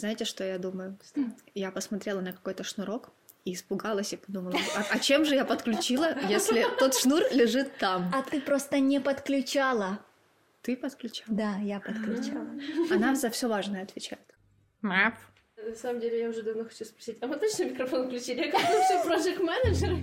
Знаете, что я думаю? Я посмотрела на какой-то шнурок и испугалась и подумала, а чем же я подключила, если тот шнур лежит там? А ты просто не подключала. Ты подключала? Да, я подключала. Она за все важное отвечает. На самом деле, я уже давно хочу спросить, а мы точно микрофон включили? Я как бывший проект-менеджер.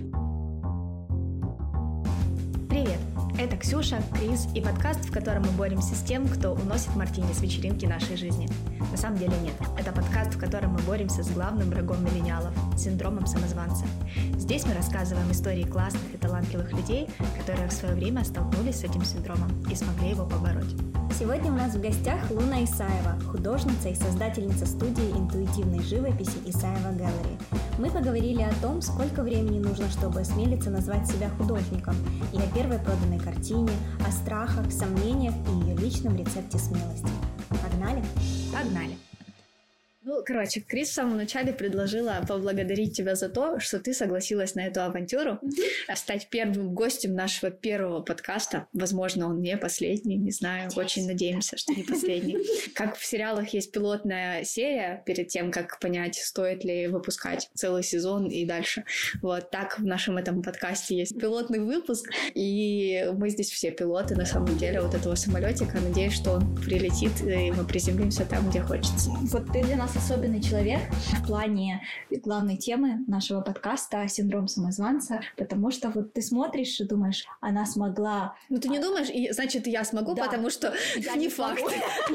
Привет! Это Ксюша, Крис и подкаст, в котором мы боремся с тем, кто уносит мартини с вечеринки нашей жизни. На самом деле нет. Это подкаст, в котором мы боремся с главным врагом миллениалов – синдромом самозванца. Здесь мы рассказываем истории классных и талантливых людей, которые в свое время столкнулись с этим синдромом и смогли его побороть. Сегодня у нас в гостях Луна Исаева, художница и создательница студии интуитивной живописи Исаева Gallery. Мы поговорили о том, сколько времени нужно, чтобы осмелиться назвать себя художником, и о первой проданной картине, о страхах, сомнениях и ее личном рецепте смелости. Погнали? Погнали! Крис в самом начале предложила поблагодарить тебя за то, что ты согласилась на эту авантюру, стать первым гостем нашего первого подкаста. Возможно, он не последний, не знаю, очень надеемся, что не последний. Как в сериалах есть пилотная серия перед тем, как понять, стоит ли выпускать целый сезон и дальше. Вот так в нашем этом подкасте есть пилотный выпуск, и мы здесь все пилоты, на самом деле, вот этого самолетика. Надеюсь, что он прилетит, и мы приземлимся там, где хочется. Вот ты для нас особенный человек в плане главной темы нашего подкаста «Синдром самозванца», потому что вот ты смотришь и думаешь, она смогла... Ну ты не думаешь, и значит я смогу, да. Потому что я не факт.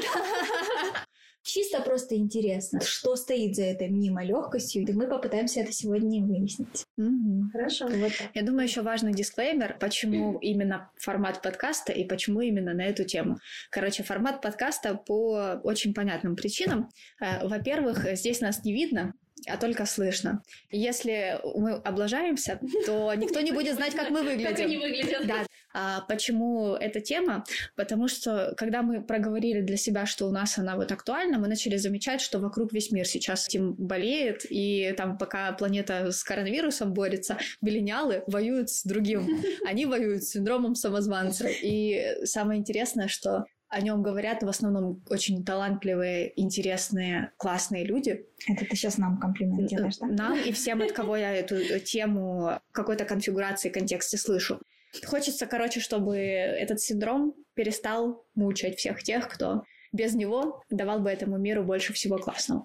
Чисто просто интересно, что стоит за этой мнимой легкостью, и мы попытаемся это сегодня выяснить. Хорошо. Вот. Я думаю, еще важный дисклеймер, почему именно формат подкаста и почему именно на эту тему. Формат подкаста по очень понятным причинам. Во-первых, здесь нас не видно, а только слышно. Если мы облажаемся, то никто не будет знать, как мы выглядим. Как они выглядят. Да. А почему эта тема? Потому что, когда мы проговорили для себя, что у нас она вот актуальна, мы начали замечать, что вокруг весь мир сейчас этим болеет, и там пока планета с коронавирусом борется, миллениалы воюют с другим. Они воюют с синдромом самозванца. И самое интересное, что о нем говорят в основном очень талантливые, интересные, классные люди. Это ты сейчас нам комплимент делаешь, да? Нам и всем, от кого я эту тему в какой-то конфигурации, контексте слышу. Хочется, чтобы этот синдром перестал мучать всех тех, кто без него давал бы этому миру больше всего классного.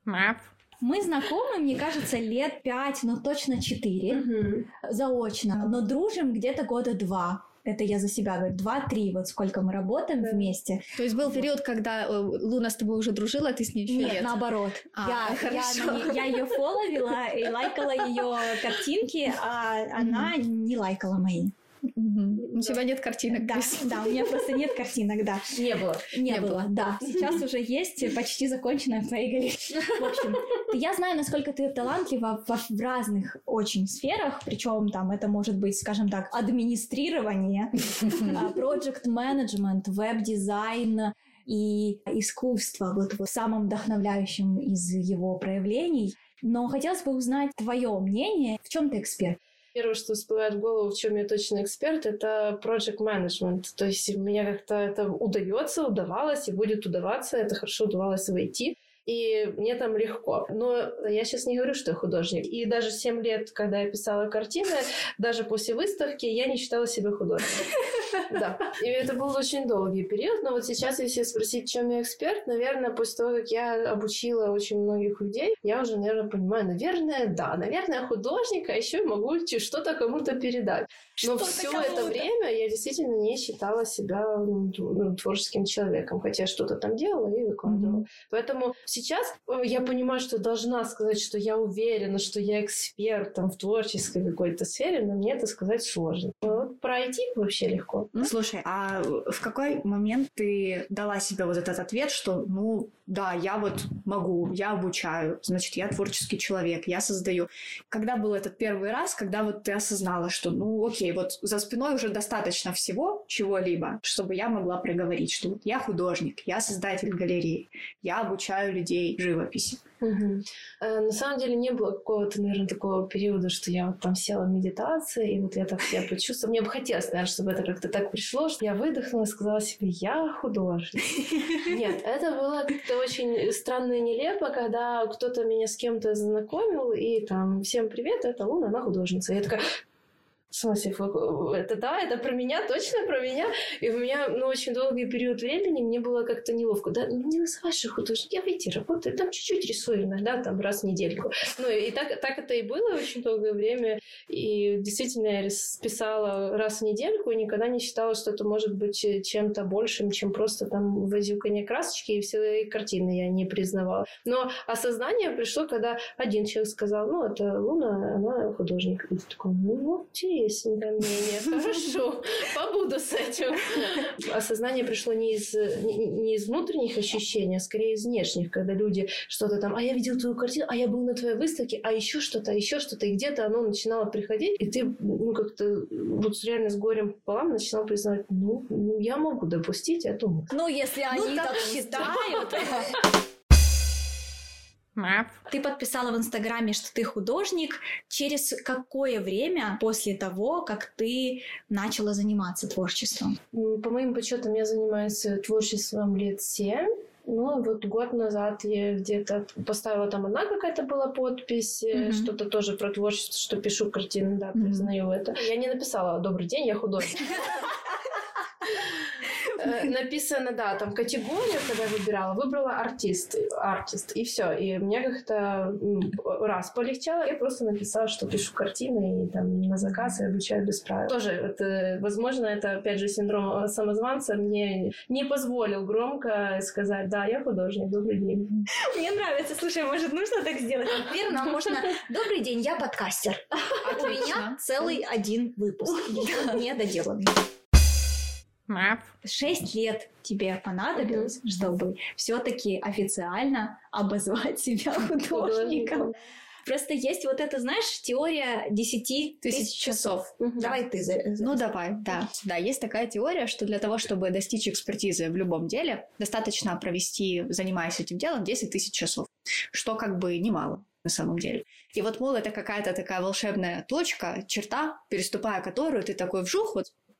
Мы знакомы, мне кажется, лет 5, но точно 4 заочно, но дружим где-то года 2. Это я за себя говорю, 2-3, вот сколько мы работаем вместе. То есть был период, когда Луна с тобой уже дружила, а ты с ней еще нет? Нет, наоборот. Я ее фоловила и лайкала ее картинки, а она не лайкала мои. У тебя нет картинок. Да, у меня просто нет картинок, да. Не было. Да. Сейчас уже есть почти законченная в твоей галерее. В общем, я знаю, насколько ты талантлива в разных очень сферах, причем там это может быть, скажем так, администрирование, project management, веб-дизайн и искусство, вот в самом вдохновляющем из его проявлений. Но хотелось бы узнать твое мнение, в чем ты эксперт? Первое, что всплывает в голову, в чем я точно эксперт, это project management. То есть мне как-то это удавалось и будет удаваться. Это хорошо удавалось в IT. И мне там легко. Но я сейчас не говорю, что я художник. И даже 7 лет, когда я писала картины, даже после выставки я не считала себя художником. Да. И это был очень долгий период. Но вот сейчас, если спросить, в чем я эксперт, наверное, после того, как я обучила очень многих людей, я уже, наверное, понимаю, наверное, художник, а еще могу что-то кому-то передать. Но все это время я действительно не считала себя творческим человеком. Хотя что-то там делала и выкладывала. Поэтому сейчас я понимаю, что должна сказать, что я уверена, что я эксперт там, в творческой какой-то сфере, но мне это сказать сложно. Вот про IT вообще легко. Слушай, а в какой момент ты дала себе вот этот ответ, что, да, я вот могу, я обучаю, значит, я творческий человек, я создаю. Когда был этот первый раз, когда вот ты осознала, что, окей, вот за спиной уже достаточно всего, чего-либо, чтобы я могла проговорить, что вот я художник, я создатель галереи, я обучаю людей живописи. На самом деле не было какого-то, наверное, такого периода, что я вот там села в медитации, и вот я так себя почувствовала. Мне бы хотелось, наверное, чтобы это как-то так пришло, что я выдохнула и сказала себе: я художник. Нет, это было как-то очень странно и нелепо, когда кто-то меня с кем-то знакомил, и там: всем привет, это Луна, она художница. И я такая: в смысле, это да, это про меня, точно про меня? И у меня, очень долгий период времени мне было как-то неловко. Да, не называй же художник, я в IT работаю, там чуть-чуть рисую иногда, там раз в недельку. И так это и было очень долгое время. И действительно я писала раз в недельку и никогда не считала, что это может быть чем-то большим, чем просто там возюканье красочки, и все картины я не признавала. Но осознание пришло, когда один человек сказал: это Луна, она художник. И ты такой: интересненькое мнение, хорошо, побуду с этим. Осознание пришло не из внутренних ощущений, а скорее из внешних, когда люди что-то там: а я видел твою картину, а я был на твоей выставке, а еще что-то, и где-то оно начинало приходить, и ты как-то вот реально с горем пополам начинал признавать: я могу допустить эту мысль. Если они так считают... Ты подписала в Инстаграме, что ты художник. Через какое время после того, как ты начала заниматься творчеством? По моим подсчетам, я занимаюсь творчеством лет 7. Вот год назад я где-то поставила, там одна какая-то была подпись, что-то тоже про творчество, что пишу картины, да, признаю это. Я не написала: добрый день, я художник. Написано, да, там категорию, когда я выбрала артист, и все. И мне как-то раз полегчало, я просто написала, что пишу картины, и там на заказ и обучаю без правил. Тоже, возможно, это, опять же, синдром самозванца мне не позволил громко сказать: да, я художник, добрый день. Мне нравится, слушай, может, нужно так сделать? Верно, можно: добрый день, я подкастер. У меня целый один выпуск. Не доделанный. 6 лет тебе понадобилось, чтобы все-таки официально обозвать себя художником. Просто есть вот эта, знаешь, теория 10 тысяч часов. Давай ты. Давай, да. Да, есть такая теория, что для того, чтобы достичь экспертизы в любом деле, достаточно провести, занимаясь этим делом, 10 тысяч часов. Что как бы немало на самом деле. И вот, мол, это какая-то такая волшебная точка, черта, переступая которую ты такой вжух,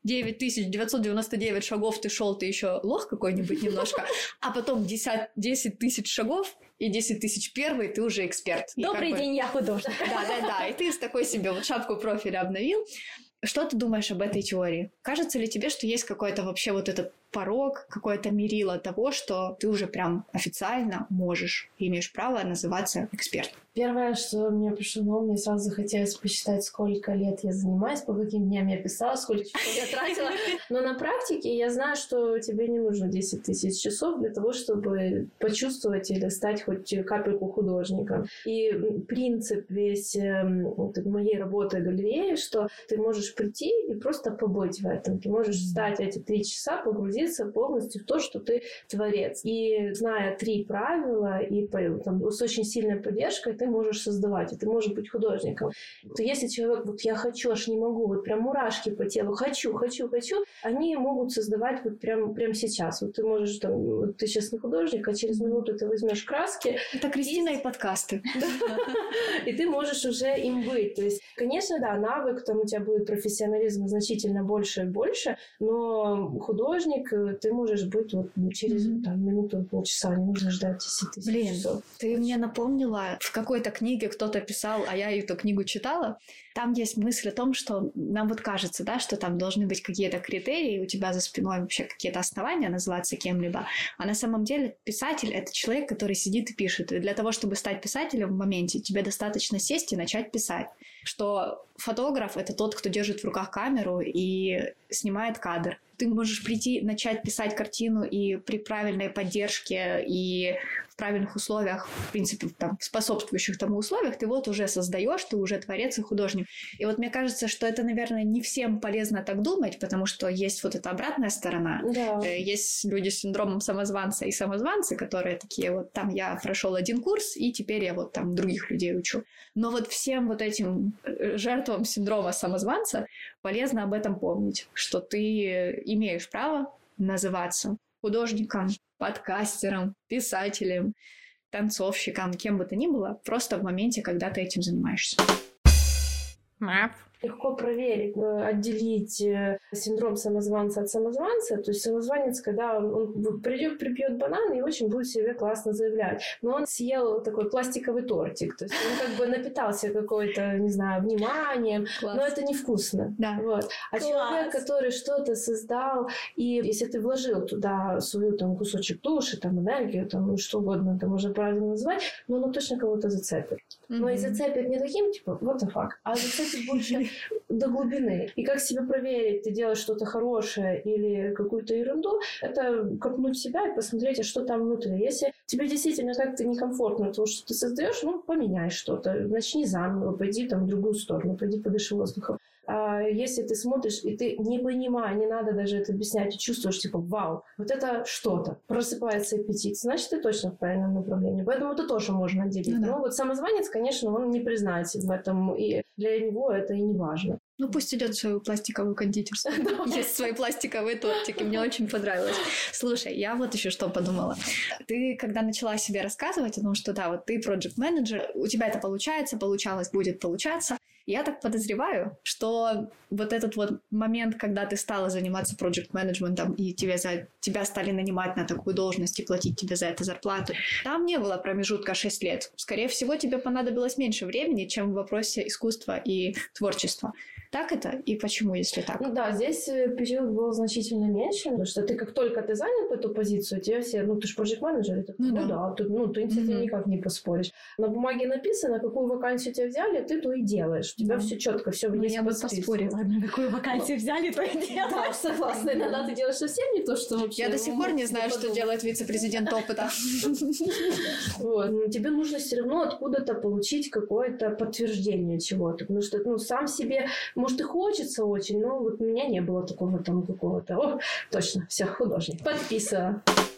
9999 шагов ты шел, ты еще лох какой-нибудь немножко, а потом 10 тысяч шагов и 10 тысяч первый ты уже эксперт. Добрый день, я художник. Да, и ты с такой себе шапку профиля обновил. Что ты думаешь об этой теории? Кажется ли тебе, что есть какой-то вообще этот порог, какое-то мерило того, что ты уже прям официально можешь и имеешь право называться экспертом? Первое, что мне пришло на ум, мне сразу захотелось посчитать, сколько лет я занимаюсь, по каким дням я писала, сколько часов я тратила. Но на практике я знаю, что тебе не нужно 10 тысяч часов для того, чтобы почувствовать или стать хоть капельку художником. И принцип весь моей работы галереи, что ты можешь прийти и просто побыть в этом. Ты можешь встать эти 3 часа, погрузиться полностью в то, что ты творец. И зная 3 правила и с очень сильной поддержкой, ты можешь создавать, и ты можешь быть художником. То если человек, я хочу, аж не могу, прям мурашки по телу, хочу, они могут создавать прям сейчас. Ты можешь, ты сейчас не художник, а через минуту ты возьмешь краски. Это Кристина и подкасты. И ты можешь уже им быть. То есть, конечно, да, навык, у тебя будет профессионализм значительно больше и больше, но художник ты можешь быть через минуту, полчаса, не нужно ждать 10 тысяч часов. Ты мне напомнила, в какой-то книге кто-то писал, а я эту книгу читала, там есть мысль о том, что нам кажется, да, что там должны быть какие-то критерии, у тебя за спиной вообще какие-то основания называться кем-либо, а на самом деле писатель — это человек, который сидит и пишет, и для того, чтобы стать писателем в моменте, тебе достаточно сесть и начать писать, что фотограф — это тот, кто держит в руках камеру и снимает кадр. Ты можешь прийти, начать писать картину, и при правильной поддержке и в правильных условиях, в принципе, способствующих тому условиях, ты уже создаешь, ты уже творец и художник. И мне кажется, что это, наверное, не всем полезно так думать, потому что есть эта обратная сторона. Да. Есть люди с синдромом самозванца и самозванцы, которые такие я прошел 1 курс, и теперь я других людей учу. Но всем этим жертвам синдрома самозванца полезно об этом помнить, что ты имеешь право называться художником, подкастером, писателем, танцовщиком, кем бы то ни было, просто в моменте, когда ты этим занимаешься. Легко проверить, отделить синдром самозванца от самозванца. То есть самозванец, когда он придет, припьет банан и очень будет себе классно заявлять. Но он съел такой пластиковый тортик. То есть он как бы напитался какой-то, не знаю, вниманием. Класс. Но это невкусно. Да. Вот. А человек, который что-то создал, и если ты вложил туда свою там кусочек души, там энергию, там что угодно это можно правильно назвать, но оно точно кого-то зацепит. Но и зацепит не таким, типа, what the fuck, а зацепит больше до глубины. И как себя проверить, ты делаешь что-то хорошее или какую-то ерунду, это копнуть себя и посмотреть, а что там внутри. Если тебе действительно как-то некомфортно то, что ты создаешь, поменяй что-то, начни заново, пойди там в другую сторону, пойди подыши воздухом. А если ты смотришь, и ты не понимаешь, не надо даже это объяснять, и чувствуешь, типа, вау, вот это что-то, просыпается аппетит, значит, ты точно в правильном направлении. Поэтому это тоже можно отделить. Да. Но вот самозванец, конечно, он не признается в этом, и для него это и не важно. Пусть идет в свою пластиковую кондитерскую. Есть свои пластиковые тортики. Мне очень понравилось. Слушай, я вот еще что подумала. Ты, когда начала себе рассказывать о том, что да, вот ты проект-менеджер, у тебя это получалось, будет получаться. Я так подозреваю, что вот этот вот момент, когда ты стала заниматься проект-менеджментом, и тебя стали нанимать на такую должность и платить тебе за это зарплату, там не было промежутка 6 лет. Скорее всего, тебе понадобилось меньше времени, чем в вопросе искусства и творчества. Так это? И почему, если так? Да, здесь период был значительно меньше, потому что как только ты занял эту позицию, тебе все, ты же проект-менеджер, и ты ты с этим никак не поспоришь. На бумаге написано, какую вакансию тебя взяли, ты то и делаешь. У тебя все четко, все есть. Я бы поспорила, на какую вакансию взяли, то и делаешь. Да, согласна. Иногда ты делаешь совсем не то, что вообще... Я до сих пор не знаю, что делает вице-президент опыта. Тебе нужно все равно откуда-то получить какое-то подтверждение чего-то, потому что сам себе... Может, и хочется очень, но вот у меня не было такого там какого-то... О, точно, все, художник. Подписано.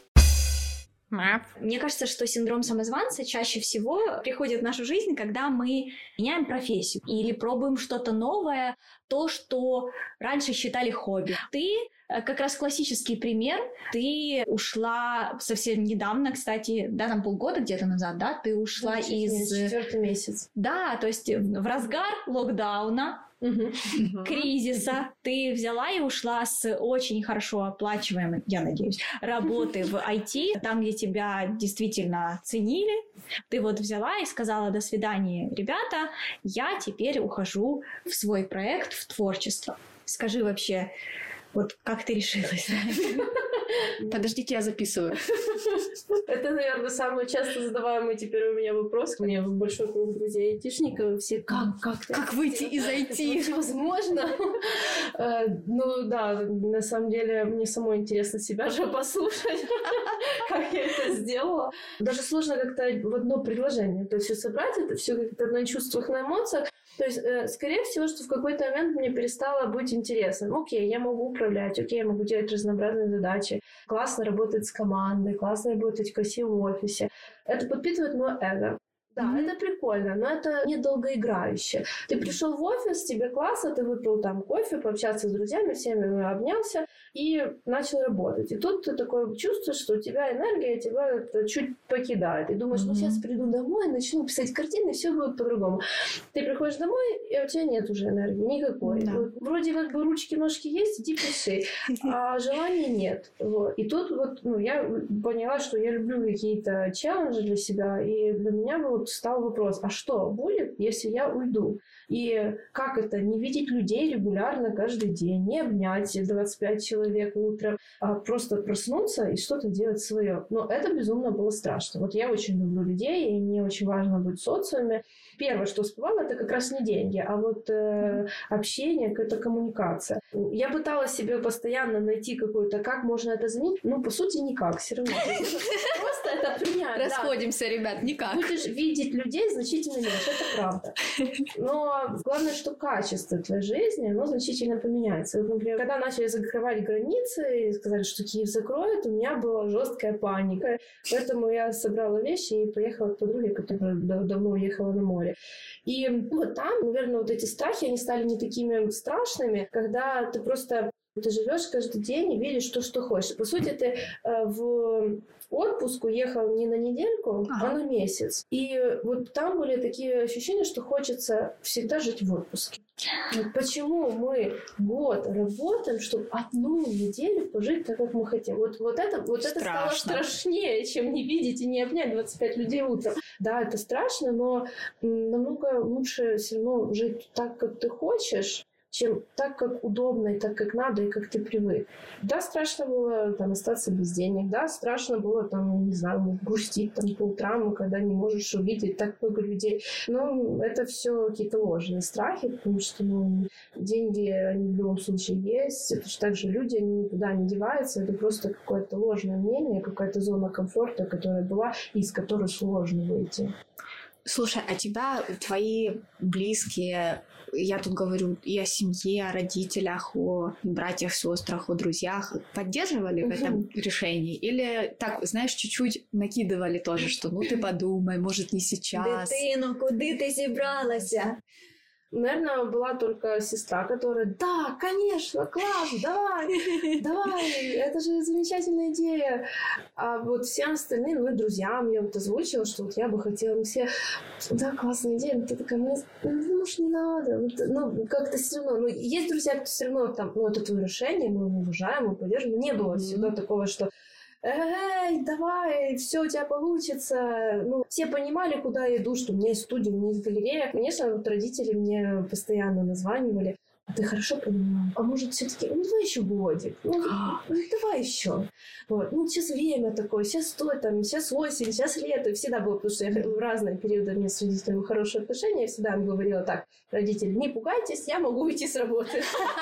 Мне кажется, что синдром самозванца чаще всего приходит в нашу жизнь, когда мы меняем профессию или пробуем что-то новое, то, что раньше считали хобби. Ты как раз классический пример. Ты ушла совсем недавно, кстати, там полгода где-то назад, да? Ты ушла из... 4-й месяц. Да, то есть в разгар локдауна, кризиса, ты взяла и ушла с очень хорошо оплачиваемой, я надеюсь, работы в IT, там, где тебя действительно ценили. Ты вот взяла и сказала: до свидания, ребята, я теперь ухожу в свой проект, в творчество. Скажи вообще, вот как ты решилась? Подождите, я записываю. Это, наверное, самый часто задаваемый теперь у меня вопрос. У меня большой круг друзей айтишников. Все, как выйти из IT? Это возможно? Да, на самом деле, мне самой интересно себя же послушать, как я это сделала. Даже сложно как-то в одно предложение это все собрать, это все как-то на чувствах, на эмоциях. То есть, скорее всего, что в какой-то момент мне перестало быть интересным. Окей, я могу управлять, окей, я могу делать разнообразные задачи, классно работать с командой, классно работать в красивом офисе. Это подпитывает мое эго. Да, это прикольно, но это недолгоиграюще. Ты пришел в офис, тебе классно, ты выпил там кофе, пообщался с друзьями, всеми обнялся и начал работать. И тут ты такое чувствуешь, что у тебя энергия тебя это чуть покидает. И думаешь, сейчас приду домой, начну писать картины, и все будет по-другому. Ты приходишь домой, и у тебя нет уже энергии никакой. Да. Вот, вроде как бы ручки, ножки есть, иди пиши, а желания нет. Вот. И тут я поняла, что я люблю какие-то челленджи для себя, и для меня встал вопрос, а что будет, если я уйду? И как это, не видеть людей регулярно каждый день, не обнять 25 человек утром, а просто проснуться и что-то делать свое. Но это безумно было страшно. Вот я очень люблю людей, и мне очень важно быть в социуме. Первое, что всплывало, это как раз не деньги, а вот общение, какая-то коммуникация. Я пыталась себе постоянно найти какую-то, как можно это заменить, по сути, никак все равно. Просто это принять. Расходимся, ребят, никак. Будешь видеть людей значительно меньше, это правда. Но главное, что качество твоей жизни, оно значительно поменяется. Вот, например, когда начали закрывать границы и сказали, что Киев закроет, у меня была жесткая паника. Поэтому я собрала вещи и поехала к подруге, которая давно уехала на море. И вот там, наверное, вот эти страхи, они стали не такими страшными, когда ты просто Ты живешь каждый день и видишь то, что хочешь. По сути, ты в отпуск уехал не на недельку, а на месяц. И вот там были такие ощущения, что хочется всегда жить в отпуске. Вот почему мы год работаем, чтобы одну неделю пожить так, как мы хотим? Вот это стало страшнее, чем не видеть и не обнять 25 людей утром. Да, это страшно, но намного лучше все равно жить так, как ты хочешь, чем так, как удобно, и так, как надо, и как ты привык. Да, страшно было там остаться без денег, да, страшно было там, не знаю, грустить там по утрам, когда не можешь увидеть так много людей. Но это все какие-то ложные страхи, потому что деньги, они в любом случае есть. Точно так же люди, они никуда не деваются. Это просто какое-то ложное мнение, какая-то зона комфорта, которая была, и из которой сложно выйти. Слушай, а тебя твои близкие, я тут говорю и о семье, о родителях, о братьях, сестрах, о друзьях, поддерживали в этом решении? Или так, знаешь, чуть-чуть накидывали тоже, что ну ты подумай, может не сейчас? Дитино, куди ти зібралася? Наверное, была только сестра, которая: да, конечно, класс, давай, это же замечательная идея. А вот все остальные, друзьям я вот озвучила, что вот я бы хотела, все: да, классная идея, но ты такая: может, не надо. Как-то все равно, есть друзья, кто все равно там, это твое решение, мы его уважаем, мы поддерживаем. Не было всегда такого, что: эй, давай, все у тебя получится. Все понимали, куда я иду, что у меня есть студия, у меня есть галерея. Конечно, родители мне постоянно названивали: а ты хорошо понимаешь? А может, все-таки, давай еще годик, давай еще. Вот. Сейчас время такое, сейчас сейчас осень, сейчас лето. И всегда было, потому что я в разные периоды у меня с родителями хорошие отношения, я всегда им говорила так: родители, не пугайтесь, я могу уйти с работы.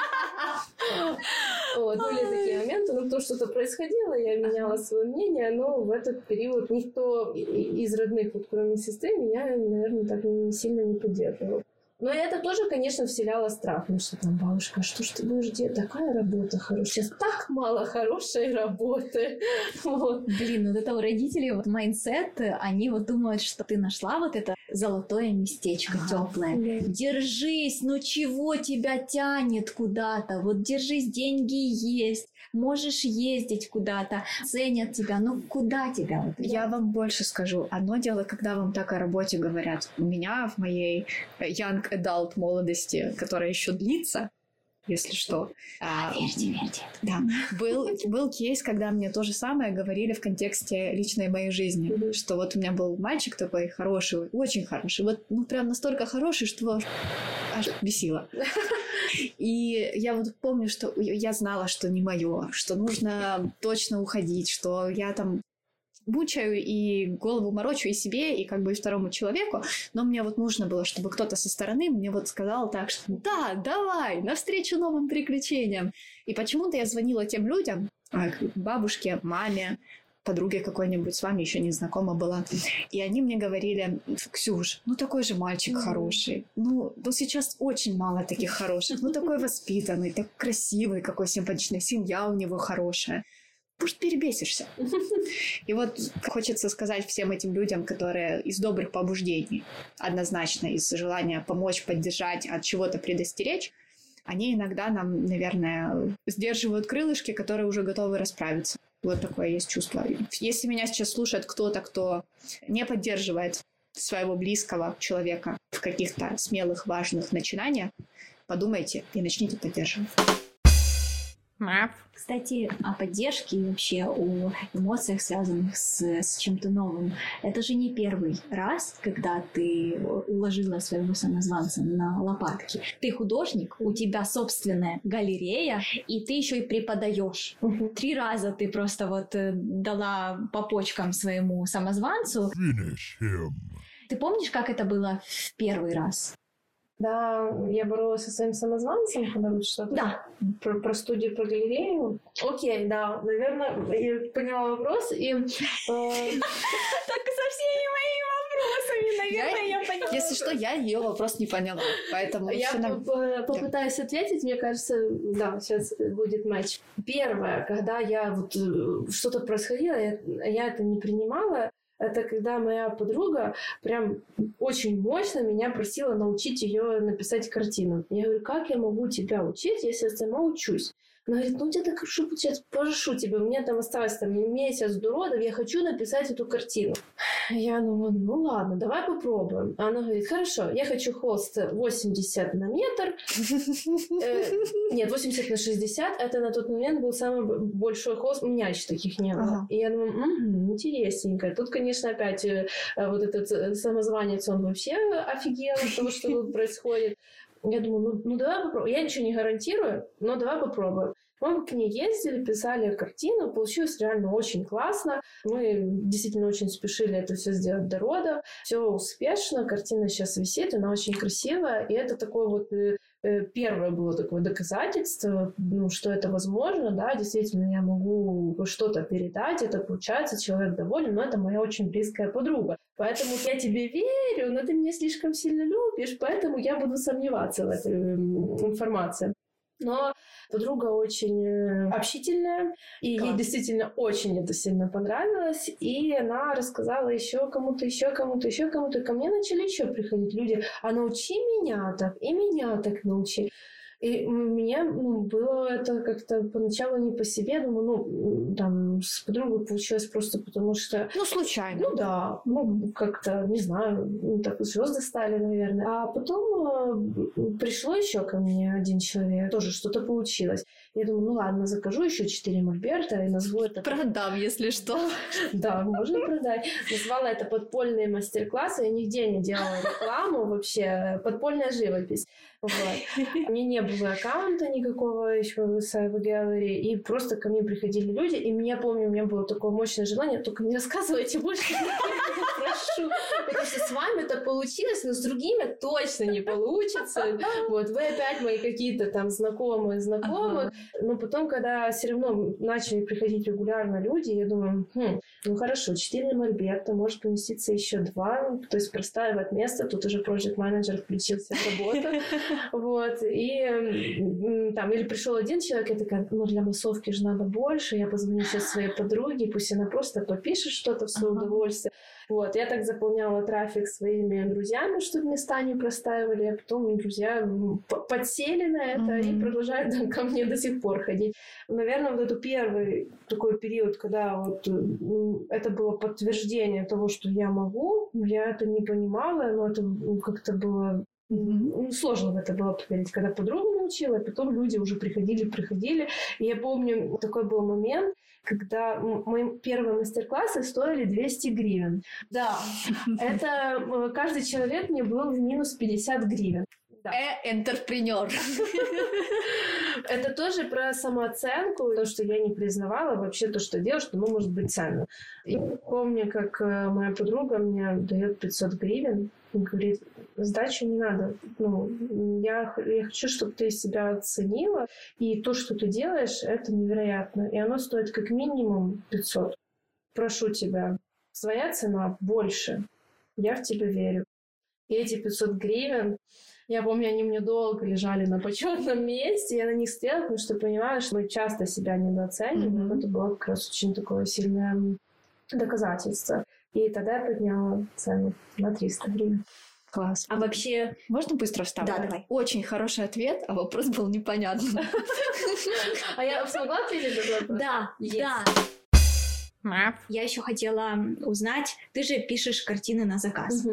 Были такие моменты, то что-то происходило, я меняла свое мнение, но в этот период никто из родных, кроме сестры, меня, наверное, так сильно не поддерживал. Но это тоже, конечно, вселяло страх. Что там: бабушка, что ж ты будешь делать? Такая работа хорошая. Сейчас так мало хорошей работы. Блин, это у родителей майндсет, они думают, что ты нашла это золотое местечко теплое. Держись, чего тебя тянет куда-то? Держись, деньги есть. Можешь ездить куда-то, ценят тебя, куда тебя? Я вам больше скажу. Одно дело, когда вам так о работе говорят. У меня в моей young adult молодости, которая еще длится, если что. Верьте. Да. Был кейс, когда мне то же самое говорили в контексте личной моей жизни. Что у меня был мальчик такой хороший, очень хороший. Прям настолько хороший, что аж бесило. И я помню, что я знала, что не мое, что нужно точно уходить, что я там мучаю и голову морочу и себе, и и второму человеку, но мне нужно было, чтобы кто-то со стороны мне сказал так, что да, давай, навстречу новым приключениям. И почему-то я звонила тем людям, бабушке, маме, подруге какой-нибудь, с вами еще не знакома была, и они мне говорили: Ксюш, такой же мальчик хороший, сейчас очень мало таких хороших, такой воспитанный, так красивый, какой симпатичный, семья у него хорошая. Может, перебесишься. И хочется сказать всем этим людям, которые из добрых побуждений, однозначно из желания помочь, поддержать, от чего-то предостеречь, они иногда нам, наверное, сдерживают крылышки, которые уже готовы расправиться. Такое есть чувство. Если меня сейчас слушает кто-то, кто не поддерживает своего близкого человека в каких-то смелых, важных начинаниях, подумайте и начните поддерживать. Кстати, о поддержке и вообще о эмоциях, связанных с чем-то новым. Это же не первый раз, когда ты уложила своего самозванца на лопатки. Ты художник, у тебя собственная галерея, и ты еще и преподаешь. 3 раза ты просто дала по почкам своему самозванцу. Ты помнишь, как это было в первый раз? Да, я боролась со своим самозванцем, когда что-то про студию, про галерею. Окей, да, наверное, я поняла вопрос. И так со всеми моими вопросами, наверное, я поняла. Если что, я ее вопрос не поняла, поэтому я попытаюсь ответить. Мне кажется, да, сейчас будет матч. Первое, когда я что-то происходило, я это не принимала. Это когда моя подруга прям очень мощно меня просила научить ее написать картину. Я говорю: как я могу тебя учить, если я сама учусь? Она говорит, ну у тебя так хорошо получается, прошу тебя, у меня там осталось месяц до родов, я хочу написать эту картину. Я думаю, ну ладно, давай попробуем. Она говорит, хорошо, я хочу холст 80 на метр. Нет, 80 на 60, это на тот момент был самый большой холст, у меня еще таких не было. И я думаю, интересненько. Тут, конечно, опять вот этот самозванец, он вообще офигел от того, что тут происходит. Я думаю, ну давай попробуем. Я ничего не гарантирую, но давай попробуем. Мы к ней ездили, писали картину, получилось реально очень классно. Мы действительно очень спешили это все сделать до родов. Все успешно, картина сейчас висит, она очень красивая. И это такое вот первое было такое доказательство, ну, что это возможно, да, действительно я могу что-то передать, это получается, человек доволен, но это моя очень близкая подруга. Поэтому я тебе верю, но ты меня слишком сильно любишь, поэтому я буду сомневаться в этой информации. Но подруга очень общительная, и ей действительно очень это сильно понравилось, и она рассказала еще кому-то, и ко мне начали еще приходить люди, а научи меня так, и меня так научи. И у меня было это как-то поначалу не по себе. Думаю, там с подругой получилось просто потому, что... случайно. Ну да, как-то, не знаю, так звезды стали, наверное. А потом пришло еще ко мне один человек, тоже что-то получилось. Я думаю, ладно, закажу еще 4 мольберта и назову это... Продам, если что. Да, можно продать. Назвала это подпольные мастер-классы. Я нигде не делала рекламу вообще. Подпольная живопись. Вот. У меня не было аккаунта никакого еще в Исаева Gallery, и просто ко мне приходили люди, и я помню, у меня было такое мощное желание, только не рассказывайте больше, прошу, потому что с вами это получилось, но с другими точно не получится. Вот, вы опять мои какие-то там знакомые, но потом, когда все равно начали приходить регулярно люди, я думаю, ну хорошо, 4 мольберта, может поместиться еще 2, то есть простаивает место, тут уже проект-менеджер включился в работу. Вот, и там, или пришел один человек, я такая, для массовки же надо больше, я позвоню сейчас своей подруге, пусть она просто попишет что-то в свое удовольствие. Вот, я так заполняла трафик своими друзьями, чтобы места не простаивали, а потом друзья подсели на это и продолжают ко мне до сих пор ходить. Наверное, вот это первый такой период, когда вот это было подтверждение того, что я могу, я это не понимала, но это как-то было... Сложно в это было поверить, когда подруга научила, и потом люди уже приходили. И я помню, такой был момент, когда мои первые мастер-классы стоили 200 гривен. Да, это каждый человек мне был в минус 50 гривен. Да. Энтерпренер. Это тоже про самооценку, то, что я не признавала вообще то, что делаю, что может быть ценно. И помню, как моя подруга мне дает 500 гривен и говорит, сдачи не надо. Я хочу, чтобы ты себя оценила, и то, что ты делаешь, это невероятно. И оно стоит как минимум 500. Прошу тебя, твоя цена больше. Я в тебя верю. И эти 500 гривен, я помню, они мне долго лежали на почетном месте, я на них стояла, потому что понимаю, что мы часто себя недооцениваем. Это было как раз очень такое сильное доказательство. И тогда я подняла цену на 300 гривен. Класс. А вообще... Можно быстро вставить? Да, давай. Очень хороший ответ, а вопрос был непонятным. А я смогла ответить на вопрос? Да. Я еще хотела узнать, ты же пишешь картины на заказ.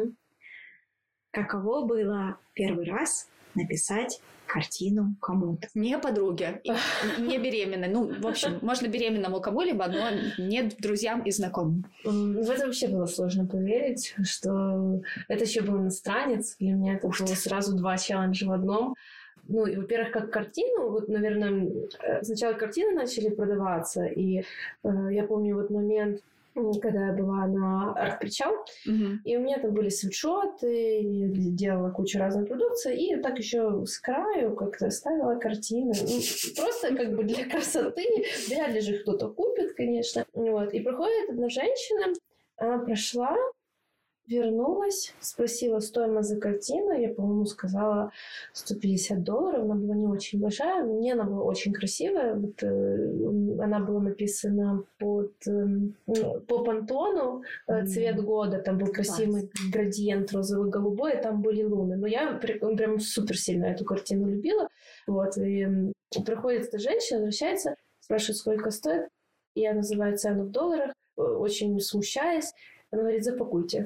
Каково было первый раз написать картину кому-то? Не подруге, не беременной. В общем, можно беременному кому-либо, но не друзьям и знакомым. В это вообще было сложно поверить, что это еще был иностранец. Для меня это было сразу 2 челленджа в одном. И, во-первых, как картину, наверное, сначала картины начали продаваться, и я помню момент, когда я была на арт-причал, и у меня там были свитшоты, я делала кучу разной продукции, и так еще с краю как-то ставила картины. Просто как бы для красоты. Вряд ли же кто-то купит, конечно. И проходит одна женщина, она прошла, вернулась, спросила стоимость за картину. Я, по-моему, сказала $150. Она была не очень большая, но мне она была очень красивая. Вот, она была написана по Пантону «Цвет года». Там был красивый градиент розово-голубой, и там были луны. Но я прям супер сильно эту картину любила. Вот, и приходит эта женщина, возвращается, спрашивает, сколько стоит. И я называю цену в долларах, очень смущаясь. Она говорит, запакуйте.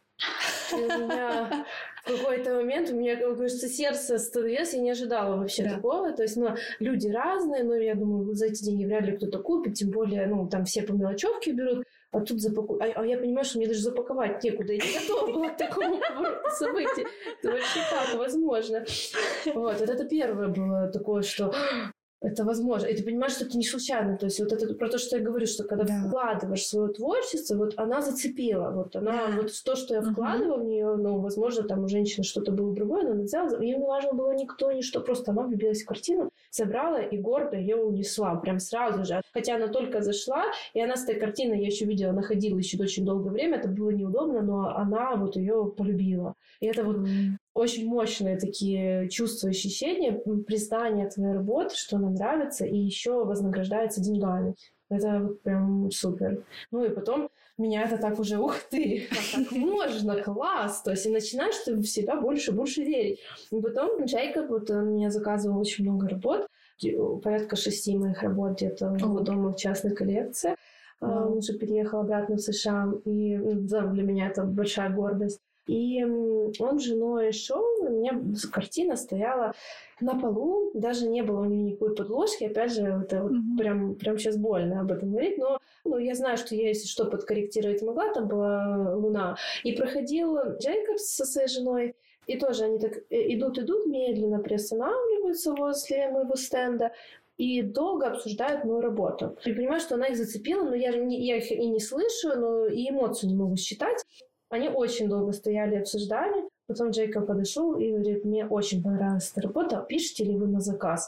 И у меня в какой-то момент, у меня, как кажется, сердце остановилось, я не ожидала вообще такого. То есть, люди разные, но я думаю, за эти деньги вряд ли кто-то купит, тем более, там все по мелочевке берут, а тут а я понимаю, что мне даже запаковать некуда, я не готова была к такому событию. Это вообще как возможно? Вот это первое было такое, что... Это возможно. И ты понимаешь, что это не случайно. То есть вот это про то, что я говорю, что когда вкладываешь свое творчество, вот она зацепила. Вот она, вот то, что я вкладывала в нее, возможно, там у женщины что-то было другое, но она взяла, ей не важно было никто, ничто. Просто она влюбилась в картину, собрала и гордо ее унесла. Прям сразу же. Хотя она только зашла, и она с этой картиной, я еще видела, она ходила еще очень долгое время, это было неудобно, но она вот ее полюбила. И это вот очень мощные такие чувства, ощущения, признание твоей работы, что она нравится, и еще вознаграждается деньгами. Это вот прям супер. И потом меня это так уже, ух ты, как можно, класс! То есть и начинаешь ты в себя больше и больше верить. И потом Джейкоб, вот он меня заказывал очень много работ, порядка 6 моих работ где-то у него дома в частной коллекции. Он уже переехал обратно в США, и для меня это большая гордость. И он с женой шел, у меня картина стояла на полу, даже не было у нее никакой подложки. Опять же, это вот прям сейчас больно об этом говорить, но я знаю, что я, если что, подкорректировать могла, там была луна. И проходил Джейкобс со своей женой, и тоже они так идут, медленно приостанавливаются возле моего стенда, и долго обсуждают мою работу. И понимаю, что она их зацепила, но я их и не слышу, но и эмоцию не могу считать. Они очень долго стояли, обсуждали. Потом Джейкоб подошел и говорит, мне очень понравилась эта работа, пишете ли вы на заказ?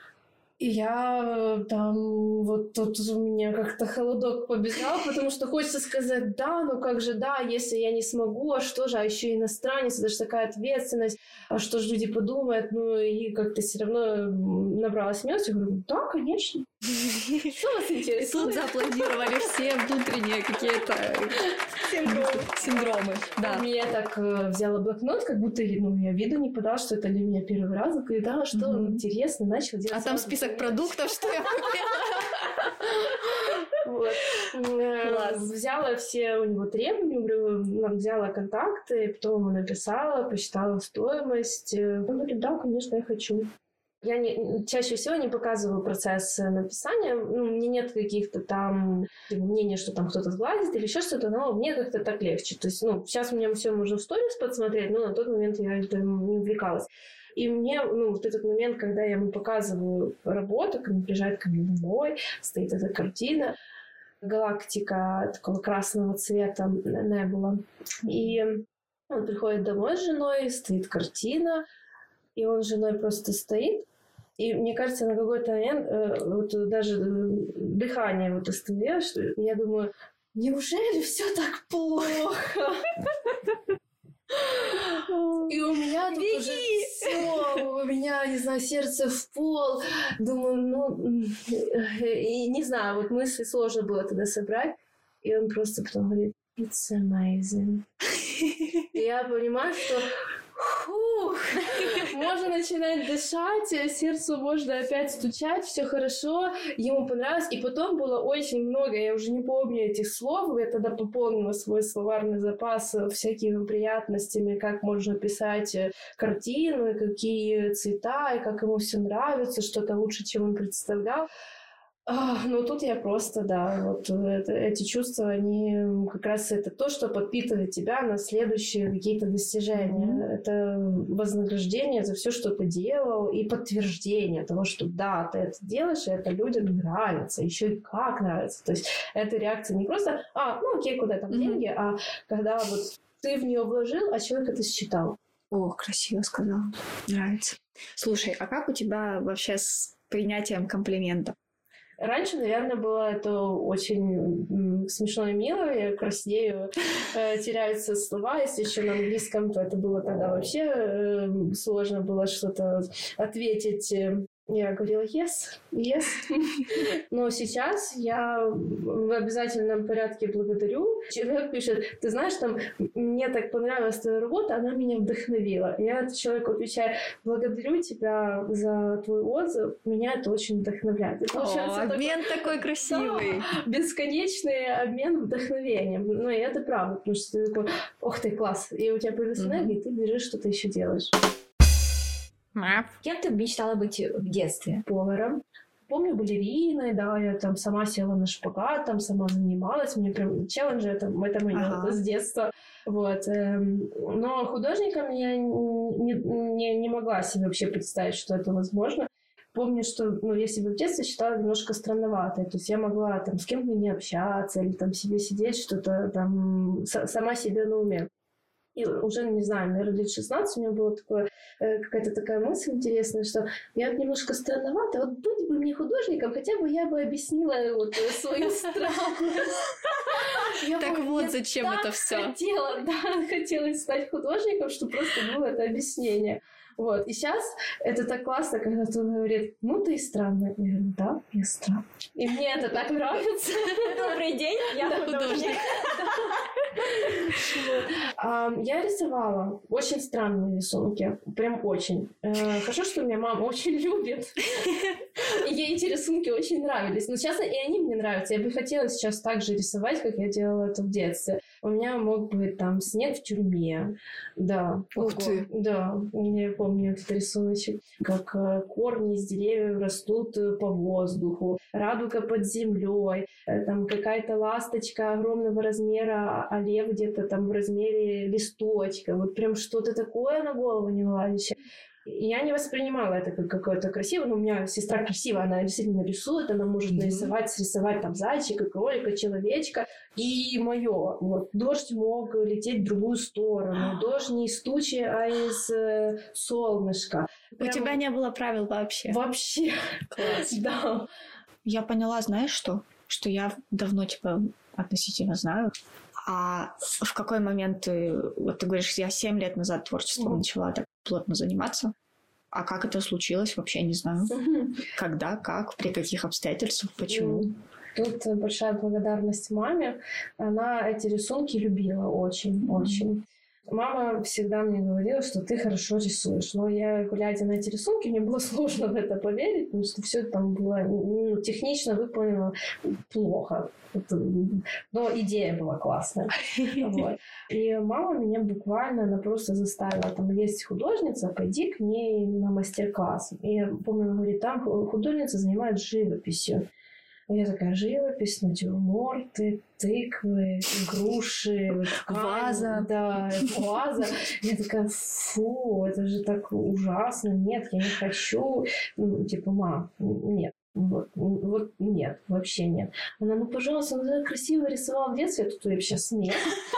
И я там, вот тут у меня как-то холодок побежал, потому что хочется сказать, да, как же да, если я не смогу, а что же, а еще иностранец, это же такая ответственность, а что же люди подумают, и как-то все равно набралась смелости, я говорю, да, конечно. Что вас интересует? И тут зааплодировали все внутренние какие-то синдромы. Да. Я так взяла блокнот, как будто я виду не подала, что это для меня первый раз. Говорю, да, что интересно, начала делать. А там список продуктов, что я купила. Взяла все у него требования, взяла контакты, потом ему написала, посчитала стоимость. Он говорит, да, конечно, я хочу. Я чаще всего не показываю процесс написания. Мне нет каких-то там мнений, что там кто-то сглазит или еще что-то, но мне как-то так легче. То есть, сейчас у меня все можно в сторис подсмотреть, но на тот момент я этим не увлекалась. И мне, вот этот момент, когда я ему показываю работу, когда он приезжает ко мне домой, стоит эта картина, галактика такого красного цвета, небула. И он приходит домой с женой, стоит картина, и он с женой просто стоит. И мне кажется, на какой-то момент вот даже дыхание вот остановилось, что я думаю, неужели все так плохо? И у меня тут уже все, у меня, не знаю, сердце в пол. Думаю, и не знаю, вот мысли сложно было тогда собрать. И он просто потом говорит, it's amazing. И я понимаю, что можно начинать дышать, сердцу можно опять стучать, все хорошо, ему понравилось. И потом было очень много, я уже не помню этих слов, я тогда пополнила свой словарный запас всякими приятностями, как можно писать картину, какие цвета, и как ему все нравится, что-то лучше, чем он представлял. Ну, тут я просто, да, вот эти чувства, они как раз это то, что подпитывает тебя на следующие какие-то достижения. Это вознаграждение за все, что ты делал, и подтверждение того, что да, ты это делаешь, и это людям нравится, еще и как нравится. То есть эта реакция не просто, окей, куда там деньги, а когда вот ты в нее вложил, а человек это считал. О, красиво сказала. Нравится. Слушай, а как у тебя вообще с принятием комплиментов? Раньше, наверное, было это очень смешно и мило. Я краснею, теряются слова. Если еще на английском, то это было тогда вообще сложно было что-то ответить. Я говорила yes. Но сейчас я в обязательном порядке благодарю. Человек пишет, ты знаешь, там, мне так понравилась твоя работа, она меня вдохновила. И я человеку отвечаю, благодарю тебя за твой отзыв, меня это очень вдохновляет. И обмен такой красивый. Да, бесконечный обмен вдохновением. Ну и это правда, потому что ты такой, ох ты, класс. И у тебя появилась энергия, и ты бежишь, что-то еще делаешь. Кем ты мечтала быть в детстве? Поваром. Помню, балериной, да, я там сама села на шпагат, там сама занималась, мне прям челленджи, это моё с детства. Вот. Но художником я не могла себе вообще представить, что это возможно. Помню, что, я себя в детстве считала немножко странноватой. То есть я могла там с кем-то не общаться или там себе сидеть, что-то там сама себе на уме. И уже, не знаю, наверное, лет 16 у меня была какая-то такая мысль интересная, что я вот немножко странновата, вот будь бы мне художником, хотя бы я бы объяснила вот свою странность. Так вот, зачем это все? Хотела стать художником, чтобы просто было это объяснение. Вот. И сейчас это так классно, когда кто говорит, ну ты странная. Я говорю, да, я странная. И мне это так нравится. Добрый день, я художник. Я рисовала очень странные рисунки. Прям очень. Хорошо, что меня мама очень любит. И ей эти рисунки очень нравились. Но сейчас и они мне нравятся. Я бы хотела сейчас так же рисовать, как я делала это в детстве. У меня мог быть там снег в тюрьме. Да. Ух ты. Да. Я помню этот рисуночек. Как корни из деревьев растут по воздуху. Радуга под землей. Там какая-то ласточка огромного размера, а лев где-то там в размере листочка. Вот прям что-то такое на голову не ладящее. Я не воспринимала это как какое-то красивое, но у меня сестра красивая, она действительно рисует, она может срисовать там зайчика, кролика, человечка. И моё, вот, дождь мог лететь в другую сторону, дождь не из тучи, а из солнышка. У тебя не было правил вообще? Вообще. Класс. Да. Я поняла, знаешь что? Что я давно тебя относительно знаю. А в какой момент вот ты говоришь, я 7 лет назад творчеством начала так плотно заниматься? А как это случилось, вообще не знаю. Когда, как, при каких обстоятельствах, почему? Тут большая благодарность маме. Она эти рисунки любила очень-очень. Мама всегда мне говорила, что ты хорошо рисуешь. Но я, глядя на эти рисунки, мне было сложно в это поверить, потому что все там было технично выполнено плохо. Но идея была классная. Вот. И мама меня буквально, она просто заставила. Там есть художница, пойди к ней на мастер-класс. И я помню, она говорит, там художница занимается живописью. И я такая, живопись, натюрморты, тыквы, груши, ваза. Да, ваза. Я такая, фу, это же так ужасно. Нет, я не хочу. Типа, мам, нет. Вот нет, вообще нет. Она, ну, пожалуйста, он так красиво рисовал в детстве, тут вообще смех.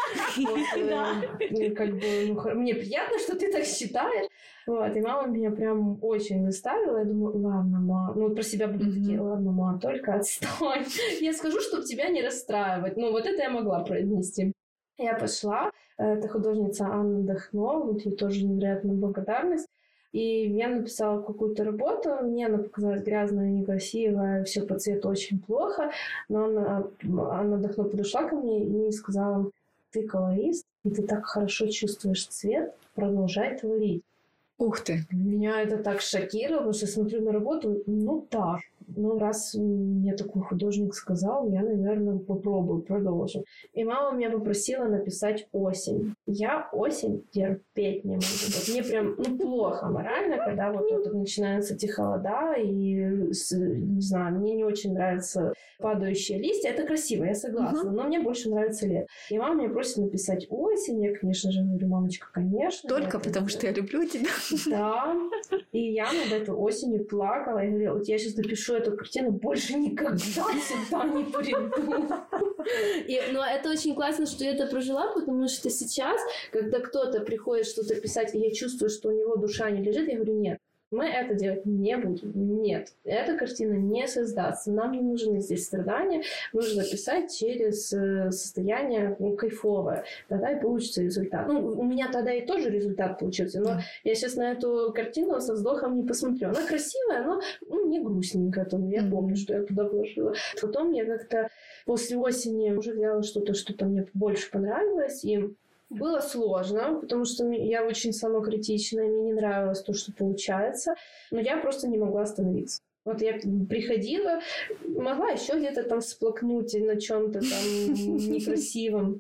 Мне приятно, что ты так считаешь. Вот, и мама меня прям очень заставила. Я думаю, ладно, мама. Ну, про себя буду такие, ладно, мама, только отстань. Я скажу, чтобы тебя не расстраивать. Ну, вот это я могла произнести. Я пошла. Это художница Анна Дахно. Вот ей тоже невероятная благодарность. И я написала какую-то работу. Мне она показалась грязная, некрасивая, все по цвету очень плохо. Но Анна Дахно подошла ко мне и сказала, ты колорист, и ты так хорошо чувствуешь цвет, продолжай творить. Ух ты! Меня это так шокировало, потому что смотрю на работу, ну так. Ну, раз мне такой художник сказал, я, наверное, попробую, продолжу. И мама меня попросила написать осень. Я осень терпеть не могу. Вот мне прям плохо морально, когда вот начинаются эти холода, и, не знаю, мне не очень нравятся падающие листья. Это красиво, я согласна, но мне больше нравится лето. И мама меня просит написать осень. Я, конечно же, говорю, мамочка, конечно. Только потому, что я люблю тебя. Да. И я над этой осенью плакала. Я говорила, вот я сейчас допишу эту картину, больше никогда сюда не приду. Но это очень классно, что я это прожила, потому что сейчас, когда кто-то приходит что-то писать, и я чувствую, что у него душа не лежит, я говорю, нет. Мы это делать не будем. Нет, эта картина не создастся. Нам не нужны здесь страдания. Нужно писать через состояние кайфовое. Тогда и получится результат. У меня тогда и тоже результат получился. Но я сейчас на эту картину со вздохом не посмотрю. Она красивая, но не грустненькая. Я помню, что я туда вложила. Потом я как-то после осени уже взяла что-то мне больше понравилось. И было сложно, потому что я очень самокритичная, мне не нравилось то, что получается, но я просто не могла остановиться. Вот я приходила, могла еще где-то там всплакнуть на чем-то там некрасивом.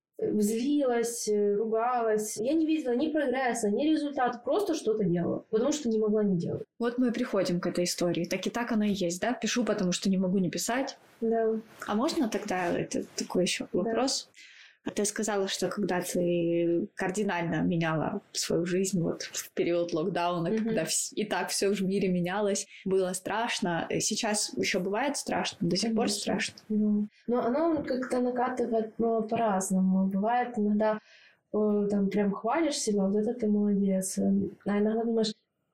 Злилась, ругалась. Я не видела ни прогресса, ни результата, просто что-то делала, потому что не могла не делать. Вот мы и приходим к этой истории. Так оно и есть, да? Пишу, потому что не могу не писать. Да. А можно тогда, это такой еще вопрос? Да. А ты сказала, что когда ты кардинально меняла свою жизнь вот в период локдауна, когда и так все в мире менялось, было страшно. Сейчас еще бывает страшно, до сих пор страшно. Но оно как-то накатывает по-разному. Бывает иногда там прям хвалишь себя, вот это ты молодец. А иногда думаешь,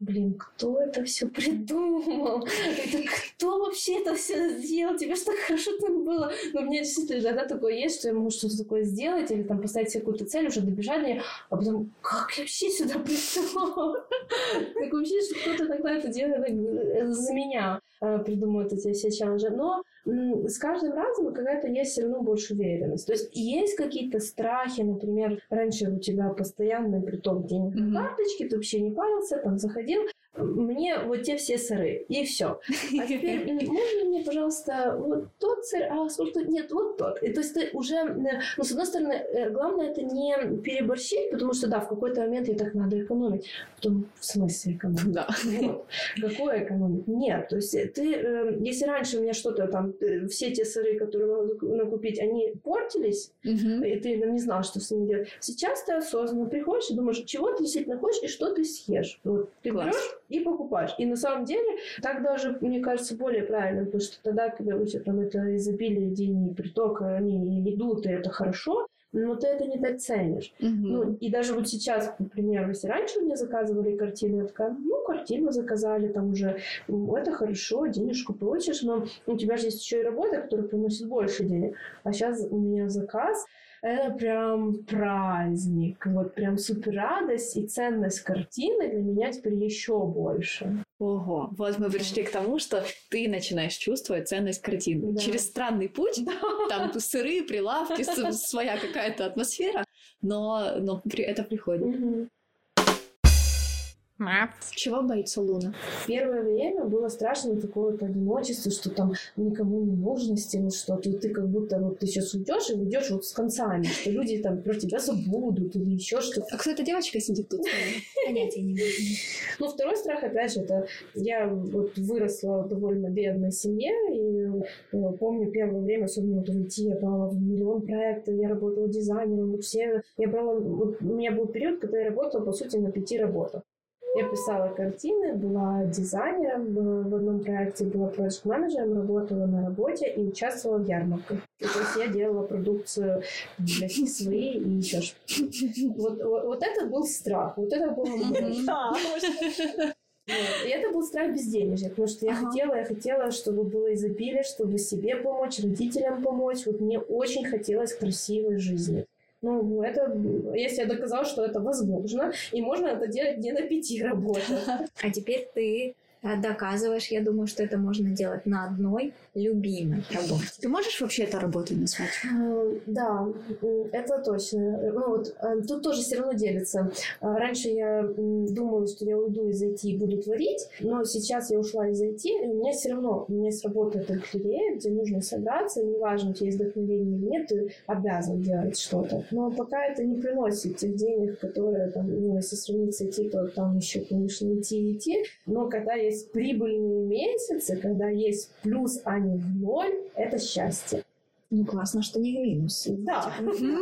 кто это все придумал? Это кто вообще это все сделал? Тебе ж так хорошо там было. Но у меня действительно иногда такое есть, что я могу что-то такое сделать или там поставить себе какую-то цель, уже добежать до нее, а потом, как я вообще сюда пришел? Так вообще, что кто-то тогда это делает за меня, придумывает эти все челленджи. Но с каждым разом какая-то есть все равно больше уверенность. То есть есть какие-то страхи, например, раньше у тебя постоянный приток денег на карточке, ты вообще не парился, там заходил, мне вот те все сыры, и все. А теперь можно мне, пожалуйста, вот тот сыр, а сколько? Нет, вот тот. И то есть ты уже, с одной стороны, главное это не переборщить, потому что, да, в какой-то момент ей так надо экономить. Потом, в смысле экономить? Да. Вот. Какое экономить? Нет. То есть ты, если раньше у меня что-то там, все те сыры, которые могу накупить, они портились, и ты не знал, что с ними делать. Сейчас ты осознанно приходишь и думаешь, чего ты действительно хочешь и что ты съешь. Вот. Ты берешь и покупаешь. И на самом деле так даже, мне кажется, более правильно, потому что тогда, когда у тебя там это изобилие, денег, приток, они идут, и это хорошо, но ты это не так ценишь. И даже вот сейчас, например, если раньше у меня заказывали картины, я такая, картину заказали, там уже, это хорошо, денежку получишь, но у тебя же есть еще и работа, которая приносит больше денег. А сейчас у меня заказ, это прям праздник, вот прям супер радость, и ценность картины для меня теперь еще больше. Ого, вот мы пришли к тому, что ты начинаешь чувствовать ценность картины. Да. Через странный путь, там сыры, прилавки, своя какая-то атмосфера, но это приходит. Чего боится Луна? Первое время было страшно такое вот одиночество, что там никому не нужно сделать что-то, и ты как будто ты сейчас уйдешь и уйдешь вот с концами, что люди там про тебя забудут или еще что-то. А кто эта девочка сидит тут? Понятия не имею. Второй страх, опять же, это я вот выросла в довольно бедной семье, и помню первое время, особенно в IT, я брала в миллион проектов, я работала дизайнером, у меня был период, когда я работала, по сути, на 5 работах. Я писала картины, была дизайнером в одном проекте, была проект-менеджером, работала на работе и участвовала в ярмарках. То есть я делала продукцию для свои и еще что-то. Вот это был страх, вот это было и это был страх безденежья, потому что я хотела, чтобы было изобилие, чтобы себе помочь, родителям помочь. Вот мне очень хотелось красивой жизни. Это, если я доказала, что это возможно, и можно это делать не на 5 работах. А теперь ты доказываешь, я думаю, что это можно делать на одной любимой работе. Ты можешь вообще это работой назвать? Да, это точно. Тут тоже все равно делится. Раньше я думала, что я уйду из IT и буду творить, но сейчас я ушла из IT, и у меня все равно, у меня есть работа это галерея, где нужно собраться, и неважно, у тебя есть вдохновение или нет, ты обязан делать что-то. Но пока это не приносит тех денег, которые, если сравнить с IT, то там еще, конечно, идти. Но когда есть прибыльные месяцы, когда есть плюс, а не в ноль, это счастье. Классно, что не в минус. Да.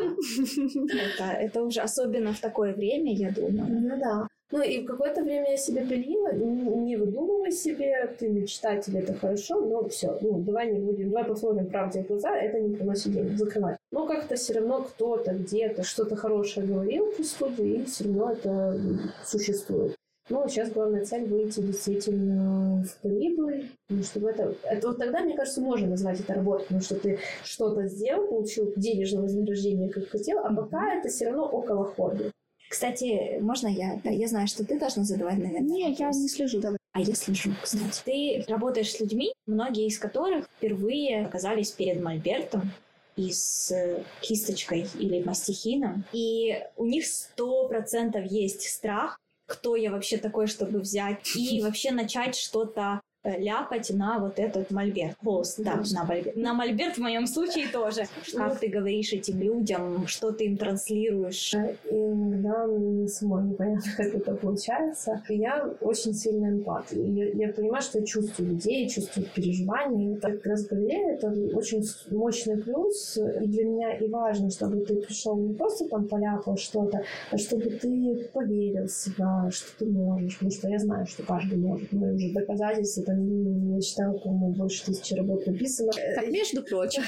Это уже особенно в такое время, я думаю. Да. И в какое-то время я себе пилила, не выдумывай себе, ты мечтатель, это хорошо, но все, давай посмотрим правде в глаза, это не приносит денег, закрывай. Но как-то все равно кто-то где-то что-то хорошее говорил по студии, и все равно это существует. Ну, сейчас главная цель выйти действительно в прибыль, чтобы это вот тогда, мне кажется, можно назвать это работой, потому что ты что-то сделал, получил денежное вознаграждение, как хотел, а пока это все равно около хобби. Кстати, можно я? Да, я знаю, что ты должна задавать, наверное. Не, я не слежу. Давай. А я слежу, кстати. Ты работаешь с людьми, многие из которых впервые оказались перед мольбертом и с кисточкой или мастихином, и у них 100% есть страх, кто я вообще такой, чтобы взять, и вообще начать что-то ляпать на вот этот мольберт. Холст, да, на мольберт. На мольберт в моем случае тоже. Как ты говоришь этим людям, что ты им транслируешь? Иногда мне самой непонятно, как это получается. Я очень сильно эмпат. Я понимаю, что я чувствую людей, чувствую переживания. Это как раз говорили, это очень мощный плюс. И для меня и важно, чтобы ты пришел не просто там поляпал что-то, а чтобы ты поверил в себя, что ты можешь. Потому что я знаю, что каждый может. Мы уже доказательства там я читала, по-моему, больше 1000 работ написано. Так, между прочим.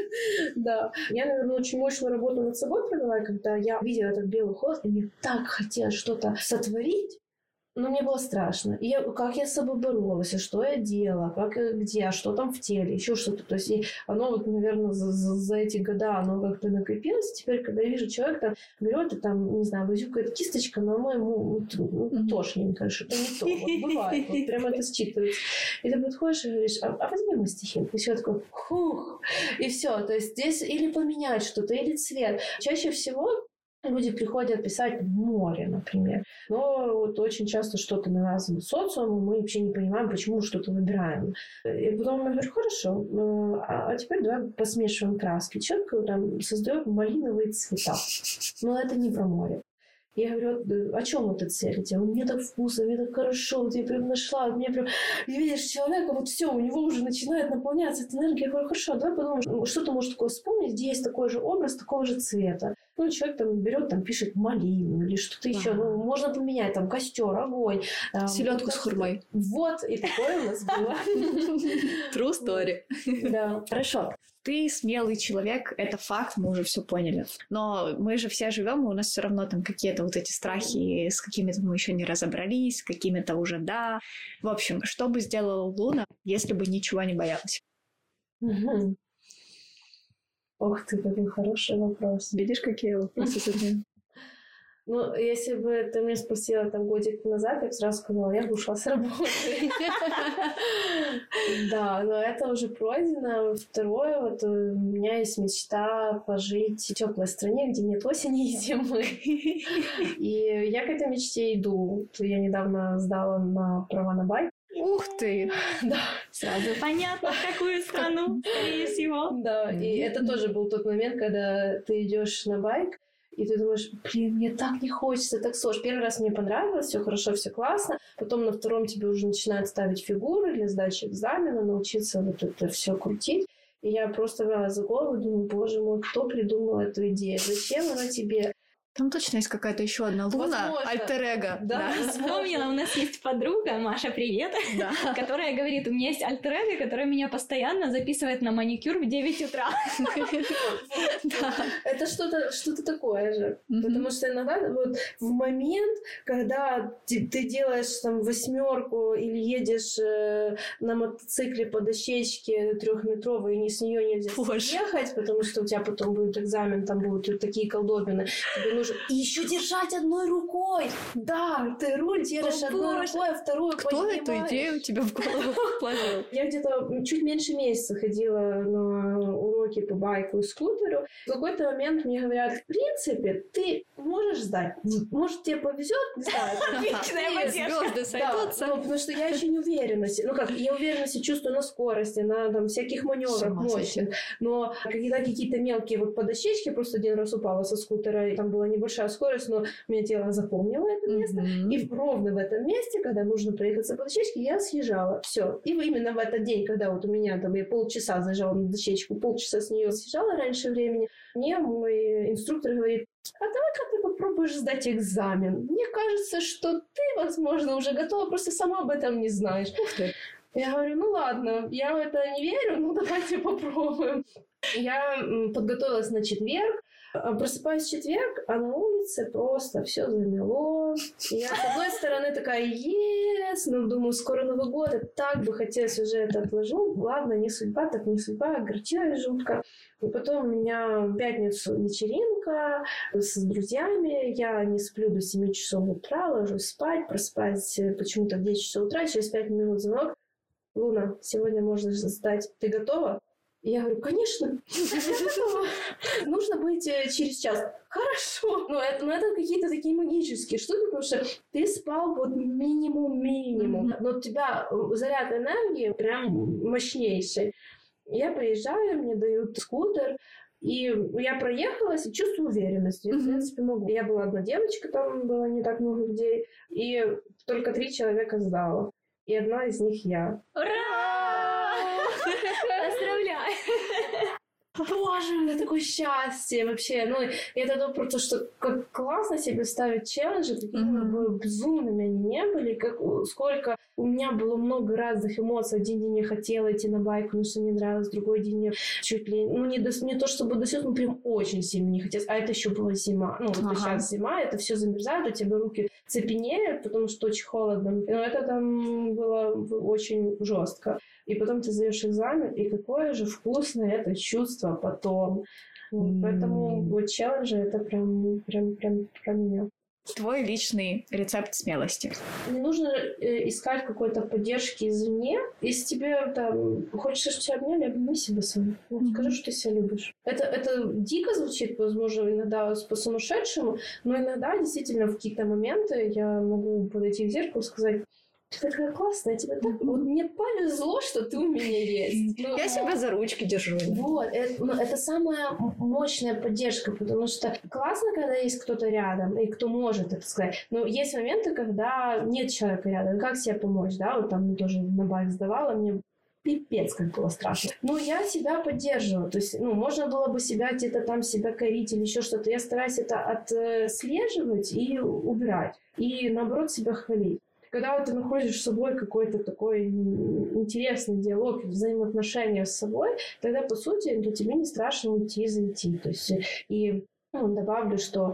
Да. Я, наверное, очень мощную работу над собой провела, когда я видела этот белый холст, и мне так хотелось что-то сотворить, но мне было страшно. И как я с собой боролась, и что я делала, как, где, что там в теле, еще что-то. То есть и оно вот, наверное, за эти года оно как-то накопилось. Теперь, когда я вижу человека, там, берет и там, не знаю, возюкает кисточка, но ему тошненько, что-то не то. Вот бывает, вот прямо это считывается. И ты подходишь и говоришь, а возьми мастихин. И все такое, хух, и все. То есть здесь или поменять что-то, или цвет. Чаще всего люди приходят писать море, например. Но вот очень часто что-то навязано социуму, мы вообще не понимаем, почему что-то выбираем. И потом я говорю, хорошо, а теперь давай посмешиваем краски. Человек там создает малиновые цвета. Но это не про море. Я говорю, о чем это цель? Мне так вкусно, мне так хорошо, вот я прям нашла, мне прям... И видишь, человека, вот все, у него уже начинает наполняться эта энергия. Я говорю, хорошо, давай подумаем, что ты можешь такое вспомнить, где есть такой же образ, такого же цвета. Ну, человек там берет, там пишет малину или что-то еще. Ну, можно поменять, там, костер, огонь. Селедку с хурмой. Вот, и такое у нас было. True story. Да. Хорошо. Ты смелый человек, это факт, мы уже все поняли. Но мы же все живем, и у нас все равно там какие-то вот эти страхи, с какими-то мы еще не разобрались, с какими-то уже да. В общем, что бы сделала Луна, если бы ничего не боялась? Ох ты, какой хороший вопрос. Видишь, какие вопросы задаю? Ну, если бы ты меня спросила там годик назад, я бы сразу сказала, я бы ушла с работы. Да, но это уже пройдено. Второе, вот у меня есть мечта пожить в теплой стране, где нет осени и зимы. И я к этой мечте иду. Я недавно сдала на права на байк. Ух ты! Да. Сразу понятно, в какую страну, скорее всего. Да, и это тоже был тот момент, когда ты идешь на байк, и ты думаешь, блин, мне так не хочется, так сложно. Первый раз мне понравилось, все хорошо, все классно. Потом на втором тебе уже начинают ставить фигуры для сдачи экзамена, научиться вот это все крутить. И я просто брала за голову, думаю, боже мой, кто придумал эту идею? Зачем она тебе? Там точно есть какая-то еще одна Луна, альтер-эго. Да, Вспомнила, у нас есть подруга, Маша, привет, которая говорит, у меня есть альтер-эго, которая меня постоянно записывает на маникюр в 9 утра. Это что-то такое же. Потому что иногда вот в момент, когда ты делаешь там 8 или едешь на мотоцикле по дощечке 3-метровой, и с нее нельзя съехать, потому что у тебя потом будет экзамен, там будут такие колдобины. Тебе нужно еще держать одной рукой. Да, ты руль держишь одной рукой, а вторую поднимаешь. Кто эту идею тебе в голову положил? Я где-то чуть меньше месяца ходила на уроки по байку и скутеру. В какой-то момент мне говорят, в принципе, ты можешь сдать. Может, тебе повезет, не знаю. Звезды сойдутся. Да, потому что я еще не уверена. Ну как, я уверенно себя чувствую на скорости, на там всяких маневрах мощных. Но когда какие-то мелкие вот по дощечке, просто один раз упала со скутера, и там была небольшая скорость, но у меня тело запомнило это место. И ровно в этом месте, когда нужно проехаться по дощечке, я съезжала. Все. И именно в этот день, когда вот у меня там я полчаса заезжала на дощечку, полчаса с нее съезжала раньше времени, мне мой инструктор говорит, а давай-ка ты попробуешь сдать экзамен. Мне кажется, что ты, возможно, уже готова, просто сама об этом не знаешь. Я говорю, ну ладно, я в это не верю, ну давайте попробуем. Я подготовилась на четверг, Просыпаюсь в четверг, а на улице просто все замело. И я, с одной стороны, такая, ну, думаю, скоро Новый год, и так бы хотелось уже это отложу. Ладно, не судьба, так не судьба, огорчилась жутко. И потом у меня в пятницу вечеринка с друзьями, я не сплю до 7 часов утра, ложусь спать, просыпаюсь почему-то в 10 часов утра, через 5 минут звонок. Луна, сегодня можно встать, ты готова? И я говорю, конечно, я готова. Нужно быть через час. Хорошо. Но это какие-то такие магические штуки, потому что ты спал вот минимум. Но у тебя заряд энергии прям мощнейший. Я приезжаю, мне дают скутер, и я проехалась и чувствую уверенность. Я, в принципе, могу. Я была одна девочка, там было не так много людей, и только 3 человека сдала. И одна из них я. Ура! Поздравляю! Боже, это такое счастье вообще. Ну, это про то, что как классно себе ставить челленджи, какими бы безумными они не были, сколько у меня было много разных эмоций. Один день я хотела идти на байк, потому что мне нравилось, другой день я чуть ли, ну, не то чтобы до слез, но прям очень сильно не хотелось. А это еще была зима. Ну, вот сейчас зима, это все замерзает, у тебя руки цепенеют, потому что очень холодно. Но это там было очень жестко. И потом ты сдаешь экзамен, и какое же вкусное это чувство потом. Поэтому вот челленджи это прям про меня. Твой личный рецепт смелости. Не нужно искать какой-то поддержки извне. Если тебе там хочется, чтобы тебя обняли, обними себя сам. Скажи, что ты себя любишь. Это дико звучит, возможно, иногда по-сумасшедшему, но иногда действительно в какие-то моменты я могу подойти к зеркалу и сказать: ты такая классная, тебе так... Вот мне повезло, что ты у меня есть. Я себя за ручки держу. Вот, это самая мощная поддержка, потому что классно, когда есть кто-то рядом, и кто может это сказать. Но есть моменты, когда нет человека рядом. Как себе помочь, да? Вот там мне тоже на байк сдавала, мне пипец, как было страшно. Но я себя поддерживаю. То есть, можно было бы себя где-то там себя корить или еще что-то. Я стараюсь это отслеживать и убирать. И, наоборот, себя хвалить. Когда вот ты находишь с собой какой-то такой интересный диалог, взаимоотношения с собой, тогда, по сути, для тебя не страшно уйти и зайти. То есть, и добавлю, что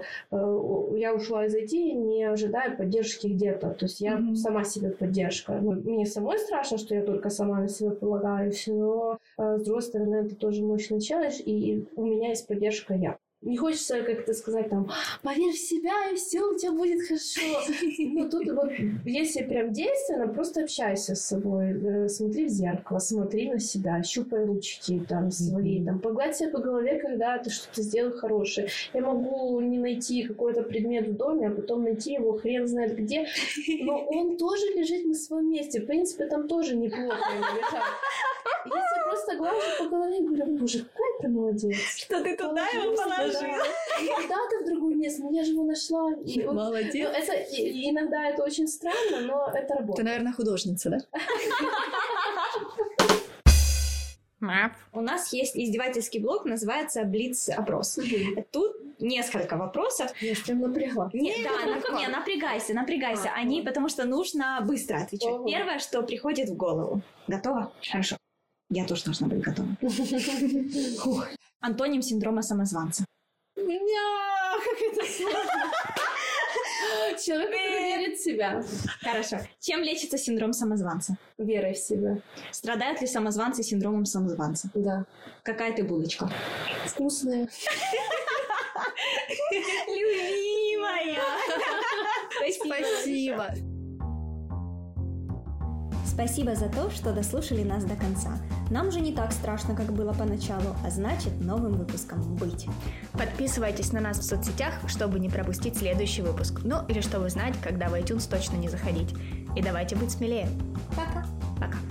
я ушла из IT, не ожидая поддержки где-то. То есть я сама себе поддержка. Мне самой страшно, что я только сама на себя полагаюсь, но, с другой стороны, это тоже мощный челлендж, и у меня есть поддержка я. Не хочется как-то сказать там: поверь в себя, и все у тебя будет хорошо. Но тут вот, если прям действенно, просто общайся с собой, смотри в зеркало, смотри на себя, щупай ручки там свои, там, погладь себя по голове, когда ты что-то сделал хорошее. Я могу не найти какой-то предмет в доме, а потом найти его хрен знает где, но он тоже лежит на своем месте. В принципе, там тоже неплохо его лежать. Если просто глажу по голове и говорю: боже, какая ты молодец. Что ты туда его положила? Куда-то в другое место, я же его нашла. Молодец. Иногда это очень странно, но это работает. Ты, наверное, художница, да? У нас есть издевательский блок, называется Блиц-опрос. Тут несколько вопросов. Я прям напрягла. Напрягайся. Они, потому что нужно быстро отвечать. Первое, что приходит в голову. Готова? Хорошо. Я тоже должна быть готова. Антоним синдрома самозванца. Как это сложно. Человек, который верит в себя. Хорошо. Чем лечится синдром самозванца? Верой в себя. Страдают ли самозванцы синдромом самозванца? Да. Какая ты булочка? Вкусная. Любимая. Спасибо. Спасибо за то, что дослушали нас до конца. Нам уже не так страшно, как было поначалу, а значит, новым выпуском быть. Подписывайтесь на нас в соцсетях, чтобы не пропустить следующий выпуск. Ну, или чтобы знать, когда в iTunes точно не заходить. И давайте быть смелее. Пока. Пока.